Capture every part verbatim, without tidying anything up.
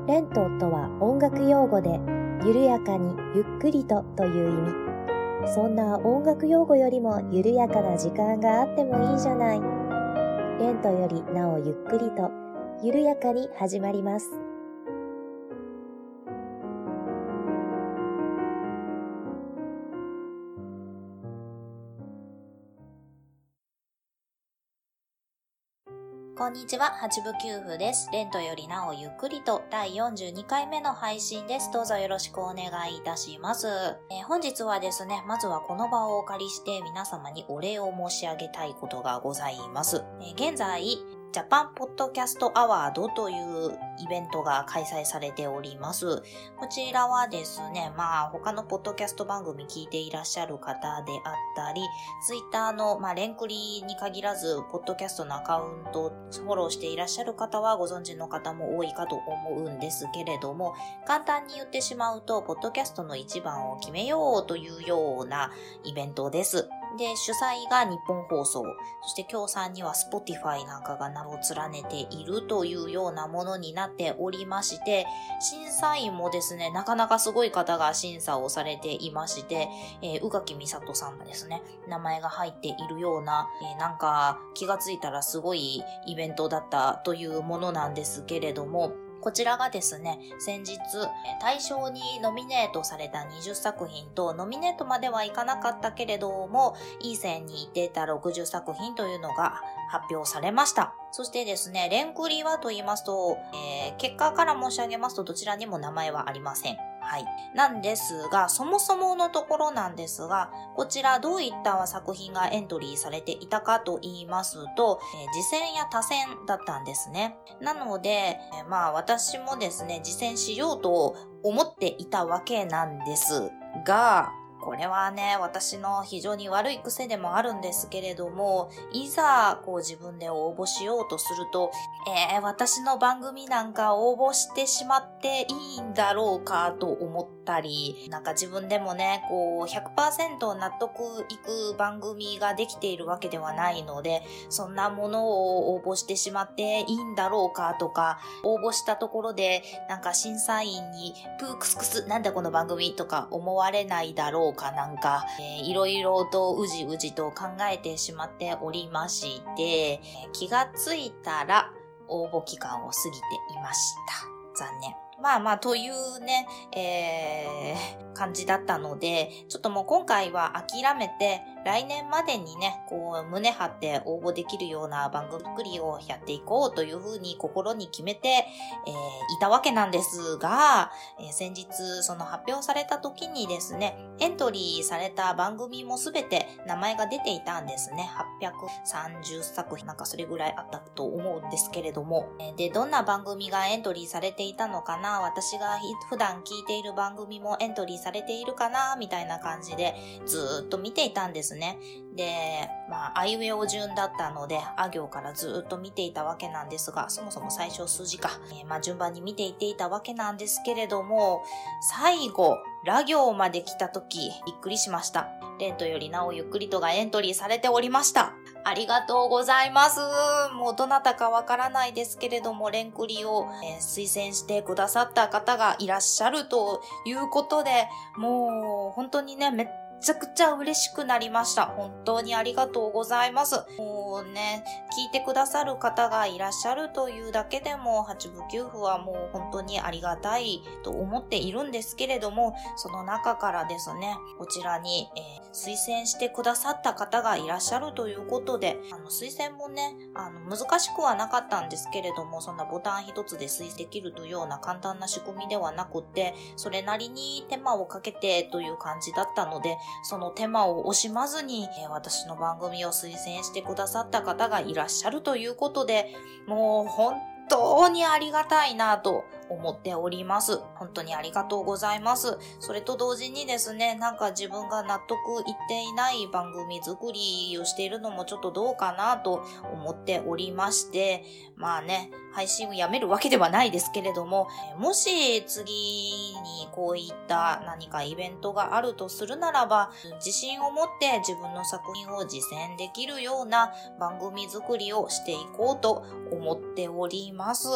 レントとは音楽用語で、緩やかにゆっくりとという意味。そんな音楽用語よりも緩やかな時間があってもいいじゃない。レントよりなおゆっくりと、緩やかに始まります。 こんにちは、八部九夫です。レントよりなおゆっくりとだいよんじゅうにかいめの配信です。どうぞよろしくお願いいたします。えー、本日はですね、まずはこの場をお借りして皆様にお礼を申し上げたいことがございます。えー、現在、ジャパンポッドキャストアワードというイベントが開催されております。こちらはですね、まあ他のポッドキャスト番組聞いていらっしゃる方であったり、ツイッターのまあレンクリに限らず、ポッドキャストのアカウントをフォローしていらっしゃる方はご存知の方も多いかと思うんですけれども、簡単に言ってしまうと、ポッドキャストの一番を決めようというようなイベントです。で、主催が日本放送、そして協賛には Spotify なんかが名を連ねているというようなものになっておりまして、審査員もですね、なかなかすごい方が審査をされていまして、えー、宇垣美里さんがですね、名前が入っているような、えー、なんか気がついたらすごいイベントだったというものなんですけれども、こちらがですね、先日、大賞にノミネートされたにじゅっさくひんと、ノミネートまではいかなかったけれども、いい線に出たろくじゅっさくひんというのが発表されました。そしてですね、レンクリはと言いますと、えー、結果から申し上げますとどちらにも名前はありません。はい。なんですが、そもそものところなんですが、こちらどういった作品がエントリーされていたかと言いますと、えー、次戦や他戦だったんですね。なので、えー、まあ私もですね、次戦しようと思っていたわけなんですが、これはね、私の非常に悪い癖でもあるんですけれども、いざこう自分で応募しようとすると、えー、私の番組なんか応募してしまっていいんだろうかと思ったり、なんか自分でもね、こう ひゃくパーセント 納得いく番組ができているわけではないので、そんなものを応募してしまっていいんだろうかとか、応募したところでなんか審査員にプークスクスなんだこの番組とか思われないだろうかなんか、えー、いろいろとうじうじと考えてしまっておりまして、えー、気がついたら応募期間を過ぎていました。残念。まあまあというね、えー、感じだったので、ちょっともう今回は諦めて、来年までにね、こう胸張って応募できるような番組作りをやっていこうというふうに心に決めて、えー、いたわけなんですが、えー、先日その発表された時にですね、エントリーされた番組もすべて名前が出ていたんですね。はっぴゃくさんじゅっさくひんなんかそれぐらいあったと思うんですけれども、で、どんな番組がエントリーされていたのかな、私が普段聞いている番組もエントリーされているかなみたいな感じでずーっと見ていたんですね。で、まあ、あいうえお順だったので、あ行からずっと見ていたわけなんですが、そもそも最初数字か、えー、まあ、順番に見ていっていたわけなんですけれども、最後、ら行まで来たとき、びっくりしました。レントよりなおゆっくりとがエントリーされておりました。ありがとうございます。もうどなたかわからないですけれども、レンクリを、えー、推薦してくださった方がいらっしゃるということで、もう本当にね、めっめちゃくちゃ嬉しくなりました。本当にありがとうございます。もうね、聞いてくださる方がいらっしゃるというだけでも、八部九夫はもう本当にありがたいと思っているんですけれども、その中からですね、こちらに、えー、推薦してくださった方がいらっしゃるということで、あの推薦もね、あの難しくはなかったんですけれども、そんなボタン一つで推薦できるというような簡単な仕組みではなくって、それなりに手間をかけてという感じだったので、その手間を惜しまずに、えー、私の番組を推薦してくださった方がいらっしゃるということで、もう本当にありがたいなと思っております。本当にありがとうございます。それと同時にですね、なんか自分が納得いっていない番組作りをしているのもちょっとどうかなと思っておりまして、まあね、配信をやめるわけではないですけれども、もし次にこういった何かイベントがあるとするならば、自信を持って自分の作品を実践できるような番組作りをしていこうと思っております。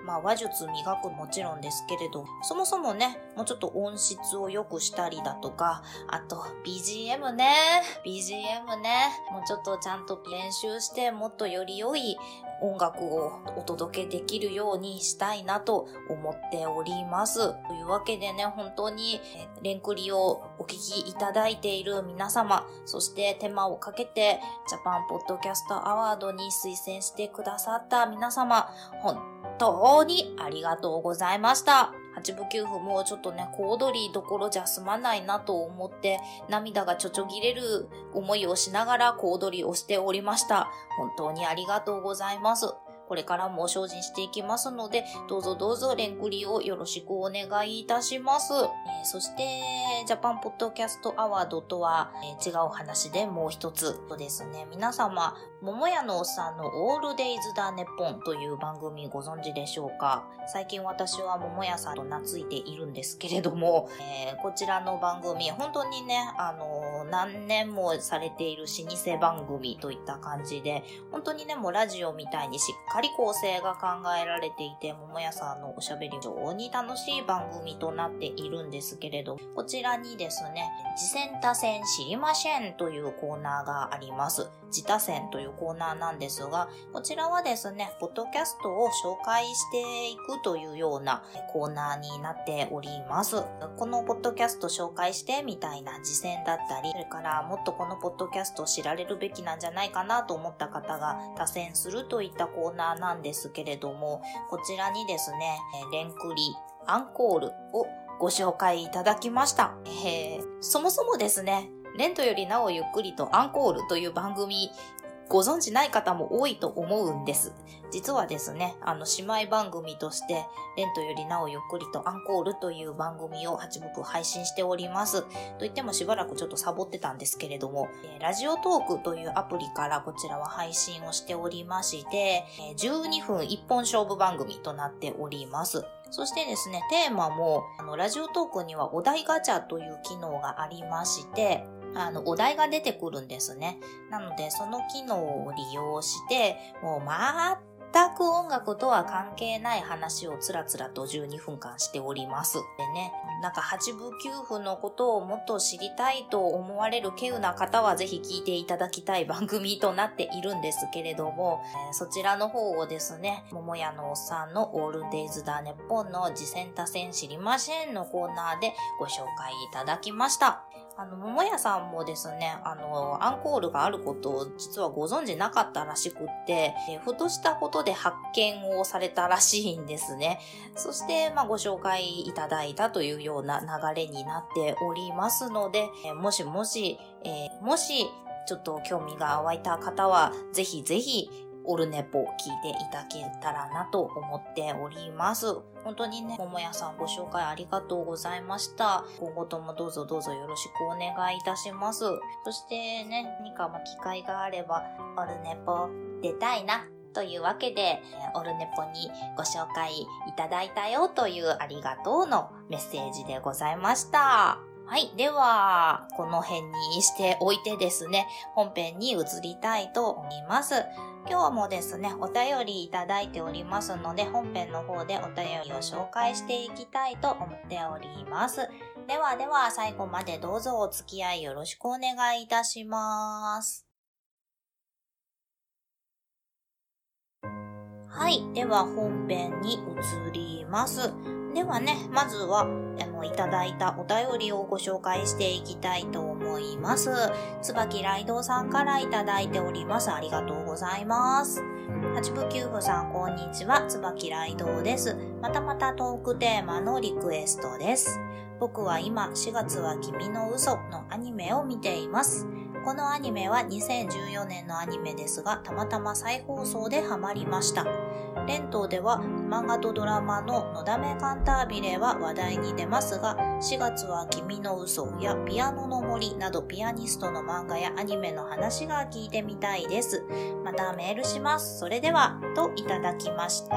まあ話術磨くもちろんですけれど、そもそもね、もうちょっと音質を良くしたりだとか、あと ビージーエム ね、ビージーエム ね、もうちょっとちゃんと練習してもっとより良い音楽をお届けできるようにしたいなと思っております。というわけでね、本当にレンクリをお聞きいただいている皆様、そして手間をかけてジャパンポッドキャストアワードに推薦してくださった皆様、本当にありがとうございました。はちぶきゅうふもちょっとね、小躍りどころじゃ済まないなと思って涙がちょちょぎれる思いをしながら小躍りをしておりました。本当にありがとうございます。これからも精進していきますので、どうぞどうぞレンクリをよろしくお願いいたします。えー、そして、ジャパンポッドキャストアワードとは、えー、違う話でもう一つとですね、皆様、桃屋のおっさんのオールデイズだネッポンという番組ご存知でしょうか？最近私は桃屋さんと懐いているんですけれども、えー、こちらの番組、本当にね、あのー、何年もされている老舗番組といった感じで、本当にね、もうラジオみたいにしっかり構成が考えられていて、桃屋さんのおしゃべり非常に楽しい番組となっているんですけれど、こちらにですね、自戦他戦知りませんというコーナーがあります。自他戦というコーナーなんですが、こちらはですね、ポッドキャストを紹介していくというようなコーナーになっております。このポッドキャスト紹介してみたいな自戦だったり、それからもっとこのポッドキャストを知られるべきなんじゃないかなと思った方が多選するといったコーナーなんですけれども、こちらにですね、レンクリアンコールをご紹介いただきました。えー、そもそもですね、レントよりなおゆっくりとアンコールという番組ご存知ない方も多いと思うんです。実はですね、あの姉妹番組としてレントよりなおゆっくりとアンコールという番組をはちぶく配信しております。と言ってもしばらくちょっとサボってたんですけれども、ラジオトークというアプリからこちらは配信をしておりまして、じゅうにふん一本勝負番組となっております。そしてですね、テーマもあのラジオトークにはお題ガチャという機能がありまして、あの、お題が出てくるんですね。なので、その機能を利用して、もう全く音楽とは関係ない話をつらつらとじゅうにふんかんしております。でね、なんかはちぶきゅうふのことをもっと知りたいと思われる稀有な方はぜひ聞いていただきたい番組となっているんですけれども、えー、そちらの方をですね、桃屋のおっさんのオールデイズだネッポンの自戦他戦知りませんのコーナーでご紹介いただきました。あの、桃屋さんもですね、あの、アンコールがあることを実はご存知なかったらしくって、えふとしたことで発見をされたらしいんですね。そして、まあ、ご紹介いただいたというような流れになっておりますので、えもしもし、えー、もし、ちょっと興味が湧いた方は、ぜひぜひ、オルネポを聞いていただけたらなと思っております。本当にね、桃屋さんご紹介ありがとうございました。今後ともどうぞどうぞよろしくお願いいたします。そしてね、何か機会があれば、オルネポ出たいな。というわけで、オルネポにご紹介いただいたよというありがとうのメッセージでございました。はい。では、この辺にしておいてですね、本編に移りたいと思います。今日もですね、お便りいただいておりますので、本編の方でお便りを紹介していきたいと思っております。ではでは、最後までどうぞお付き合いよろしくお願いいたします。はい。では、本編に移ります。ではね、まずは、あの、いただいたお便りをご紹介していきたいと思います。つばきらいどうさんからいただいております。ありがとうございます。はちぶきゅうふさん、こんにちは。つばきらいどうです。またまたトークテーマのリクエストです。僕は今、しがつは君の嘘のアニメを見ています。このアニメはにせんじゅうよねんのアニメですが、たまたま再放送でハマりました。連東では漫画とドラマののだめカンタービレは話題に出ますが、しがつは君の嘘やピアノの森などピアニストの漫画やアニメの話が聞いてみたいです。またメールします。それでは、といただきました。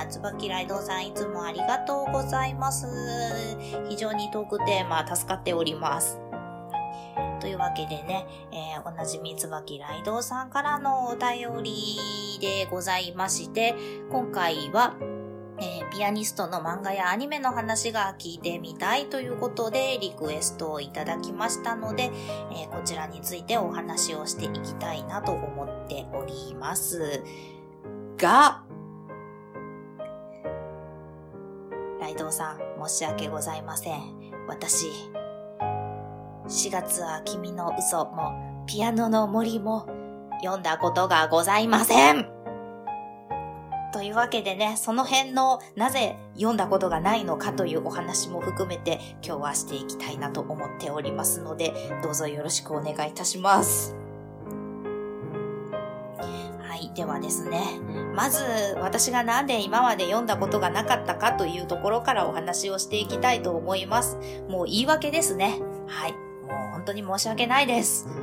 つばきらいどうさん、いつもありがとうございます。非常にトークテーマ助かっております。というわけでね、えー、おなじみつばきらいどうさんからのお便りでございまして、今回はえー、ピアニストの漫画やアニメの話が聞いてみたいということでリクエストをいただきましたので、えー、こちらについてお話をしていきたいなと思っておりますが、ライドウさん、申し訳ございません。私、しがつは君の嘘もピアノの森も読んだことがございません。というわけでね、その辺のなぜ読んだことがないのかというお話も含めて今日はしていきたいなと思っておりますので、どうぞよろしくお願いいたします。はい、ではですね、まず私がなんで今まで読んだことがなかったかというところからお話をしていきたいと思います。もう言い訳ですね。はい、もう本当に申し訳ないです。はい、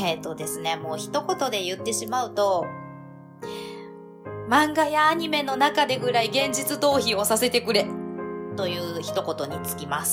えーとですね、もう一言で言ってしまうと、漫画やアニメの中でぐらい現実逃避をさせてくれという一言につきます。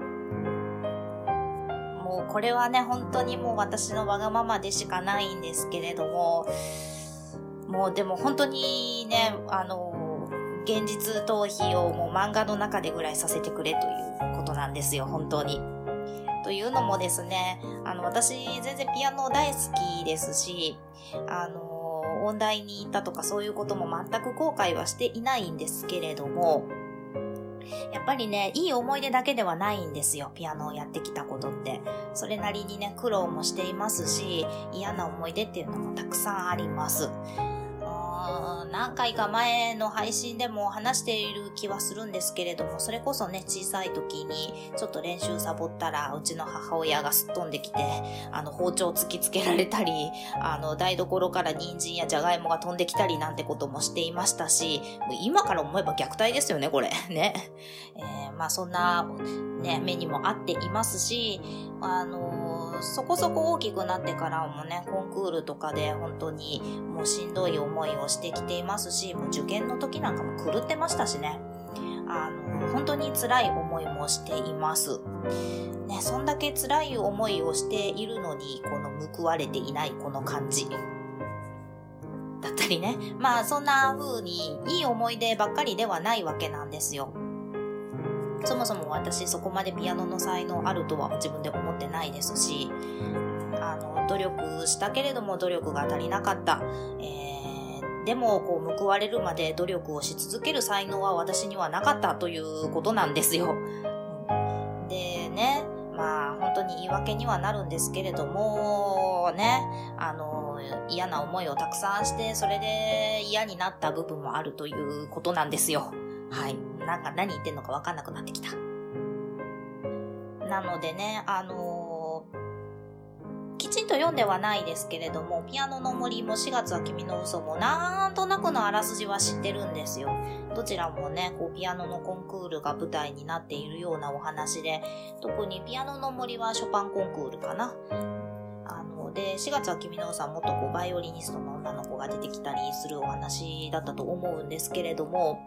もうこれはね、本当にもう私のわがままでしかないんですけれども、もうでも本当にね、あの現実逃避をもう漫画の中でぐらいさせてくれということなんですよ、本当に。というのもですね、あの私全然ピアノ大好きですし、あの音大に行ったとかそういうことも全く後悔はしていないんですけれども、やっぱりね、いい思い出だけではないんですよ、ピアノをやってきたことって。それなりにね、苦労もしていますし、嫌な思い出っていうのもたくさんあります。何回か前の配信でも話している気はするんですけれども、それこそね、小さい時にちょっと練習サボったらうちの母親がすっ飛んできて、あの包丁突きつけられたり、あの台所から人参やじゃがいもが飛んできたりなんてこともしていましたし、今から思えば虐待ですよね、これね。えー、まあそんなね、目にもあっていますし、あのー、そこそこ大きくなってからもね、コンクールとかで本当にもうしんどい思いをしてきていますし、もう受験の時なんかも狂ってましたしね。あのー、本当に辛い思いもしています。ね、そんだけ辛い思いをしているのに、この報われていないこの感じ。だったりね。まあそんな風にいい思い出ばっかりではないわけなんですよ。そもそも私そこまでピアノの才能あるとは自分で思ってないですし、あの努力したけれども努力が足りなかった、えー、でもこう報われるまで努力をし続ける才能は私にはなかったということなんですよ。でね、まあ本当に言い訳にはなるんですけれどもね、あの嫌な思いをたくさんして、それで嫌になった部分もあるということなんですよ。はい。なんか何言ってんのか分かんなくなってきた。なのでね、あのー、きちんと読んではないですけれども、ピアノの森もしがつは君の嘘もなんとなくのあらすじは知ってるんですよ。どちらもね、こうピアノのコンクールが舞台になっているようなお話で、特にピアノの森はショパンコンクールかな。あので、しがつは君の嘘はもっとこうバイオリニストの女の子が出てきたりするお話だったと思うんですけれども、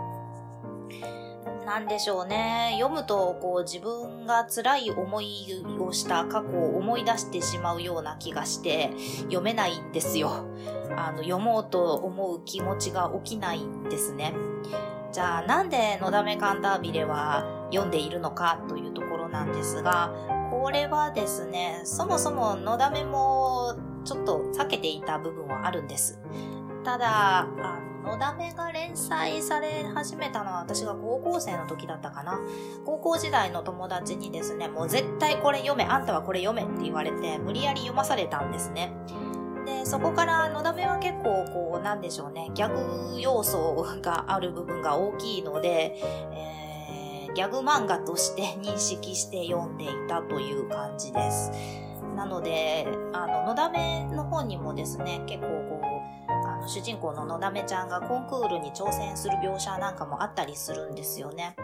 なんでしょうね。読むとこう自分が辛い思いをした過去を思い出してしまうような気がして読めないんですよ。あの読もうと思う気持ちが起きないんですね。じゃあなんでのだめカンタービレは読んでいるのかというところなんですが、これはですね、そもそものだめもちょっと避けていた部分はあるんです。ただ、あのだめが連載され始めたのは私が高校生の時だったかな。高校時代の友達にですね、もう絶対これ読め、あんたはこれ読めって言われて無理やり読まされたんですね。で、そこからのだめは結構こうなんでしょうね、ギャグ要素がある部分が大きいので、えー、ギャグ漫画として認識して読んでいたという感じです。なので、あののだめの方にもですね、結構こう主人公ののだめちゃんがコンクールに挑戦する描写なんかもあったりするんですよね。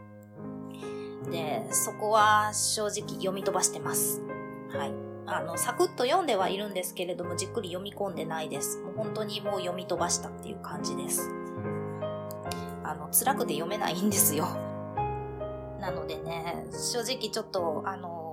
で、そこは正直読み飛ばしてます。はい。あの、サクッと読んではいるんですけれども、じっくり読み込んでないです。もう本当にもう読み飛ばしたっていう感じです。あの、辛くて読めないんですよ。なのでね、正直ちょっと、あの、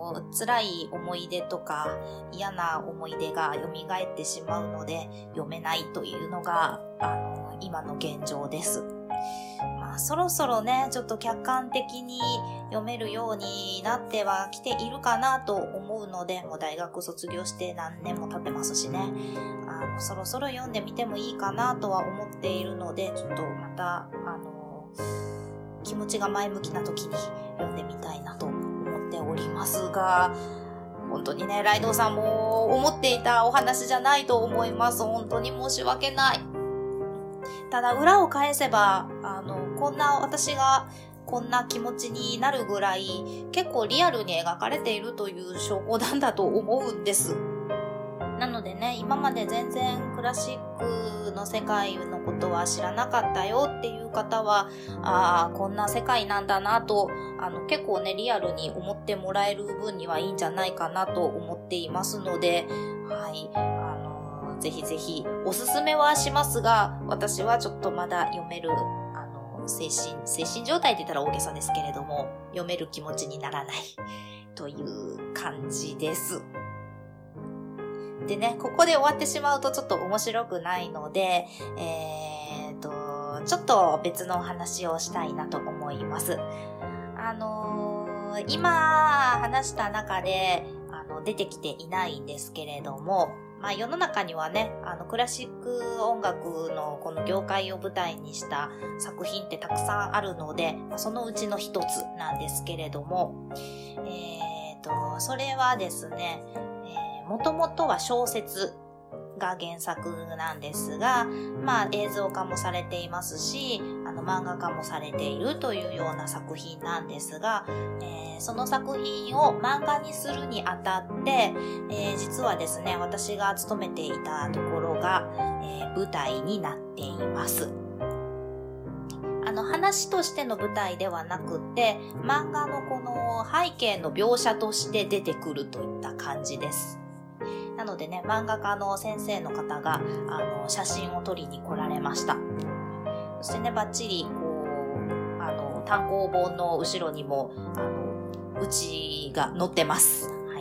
の、辛い思い出とか嫌な思い出が蘇ってしまうので読めないというのが、あの、今の現状です。まあ、そろそろね、ちょっと客観的に読めるようになってはきているかなと思うので、もう大学卒業して何年も経ってますしね、あの、そろそろ読んでみてもいいかなとは思っているので、ちょっとまた、あの、気持ちが前向きな時に読んでみたいなと思っておりますが、本当にね、ライドウさんも思っていたお話じゃないと思います。本当に申し訳ない。ただ裏を返せば、あの、こんな私がこんな気持ちになるぐらい結構リアルに描かれているという証拠なんだと思うんです。なのでね、今まで全然クラシックの世界のことは知らなかったよっていう方は、ああ、こんな世界なんだなと、あの、結構ね、リアルに思ってもらえる分にはいいんじゃないかなと思っていますので、はい、あの、ぜひぜひおすすめはしますが、私はちょっとまだ読める、あの、精神、精神状態って言ったら大げさですけれども、読める気持ちにならないという感じです。でね、ここで終わってしまうとちょっと面白くないので、えーと、ちょっと別の話をしたいなと思います。あのー、今話した中で、あの、出てきていないんですけれども、まあ世の中にはね、あの、クラシック音楽のこの業界を舞台にした作品ってたくさんあるので、そのうちの一つなんですけれども、えーと、それはですね、もともとは小説が原作なんですが、まあ映像化もされていますし、あの漫画化もされているというような作品なんですが、えー、その作品を漫画にするにあたって、えー、実はですね、私が勤めていたところが、えー、舞台になっています。あの話としての舞台ではなくて、漫画のこの背景の描写として出てくるといった感じです。なのでね、漫画家の先生の方があの写真を撮りに来られました。そしてね、バッチリこうあの単行本の後ろにもあのうちが載ってます。はい、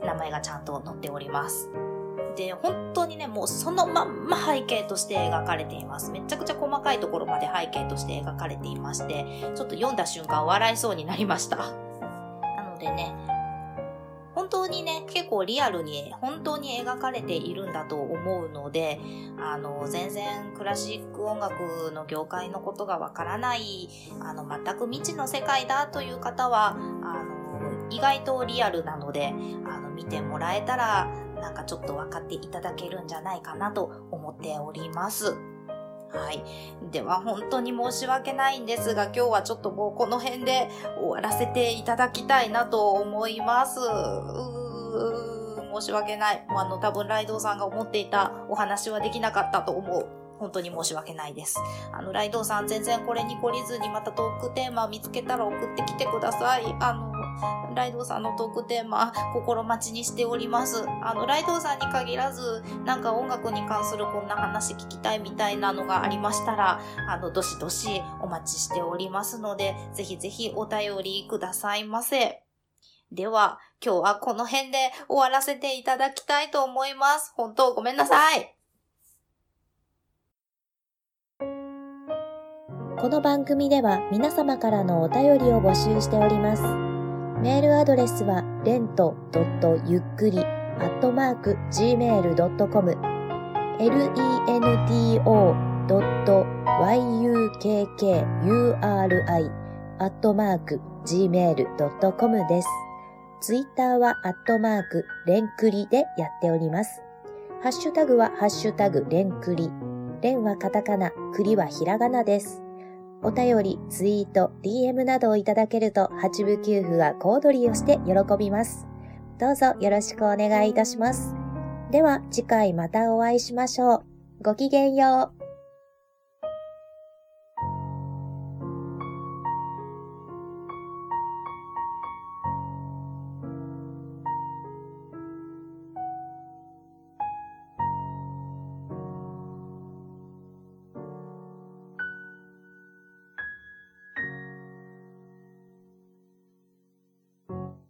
名前がちゃんと載っております。で、本当にね、もうそのまんま背景として描かれています。めちゃくちゃ細かいところまで背景として描かれていまして、ちょっと読んだ瞬間笑いそうになりました。なのでね、本当にね、結構リアルに本当に描かれているんだと思うので、あの、全然クラシック音楽の業界のことがわからない、あの、全く未知の世界だという方は、あの、意外とリアルなので、あの、見てもらえたら、なんかちょっと分かっていただけるんじゃないかなと思っております。はい。では本当に申し訳ないんですが、今日はちょっともうこの辺で終わらせていただきたいなと思います。うー、申し訳ない。あの、多分ライドウさんが思っていたお話はできなかったと思う。本当に申し訳ないです。あの、ライドウさん全然これに懲りずにまたトークテーマ見つけたら送ってきてください。あの、ライドウさんのトークテーマ心待ちにしております。あのライドウさんに限らず、なんか音楽に関するこんな話聞きたいみたいなのがありましたら、あのどしどしお待ちしておりますので、ぜひぜひお便りくださいませ。では今日はこの辺で終わらせていただきたいと思います。本当ごめんなさい。 この番組では皆様からのお便りを募集しております。メールアドレスはレントドットゆっくりアットマークジーメールドットコム レントドットユックリアットマークジーメールドットコム です。ツイッターはアットマークレンクリでやっております。ハッシュタグはハッシュタグレンクリ。レンはカタカナ、クリはひらがなです。お便り、ツイート、ディーエム などをいただけると八部九夫が小躍りをして喜びます。どうぞよろしくお願いいたします。では次回またお会いしましょう。ごきげんよう。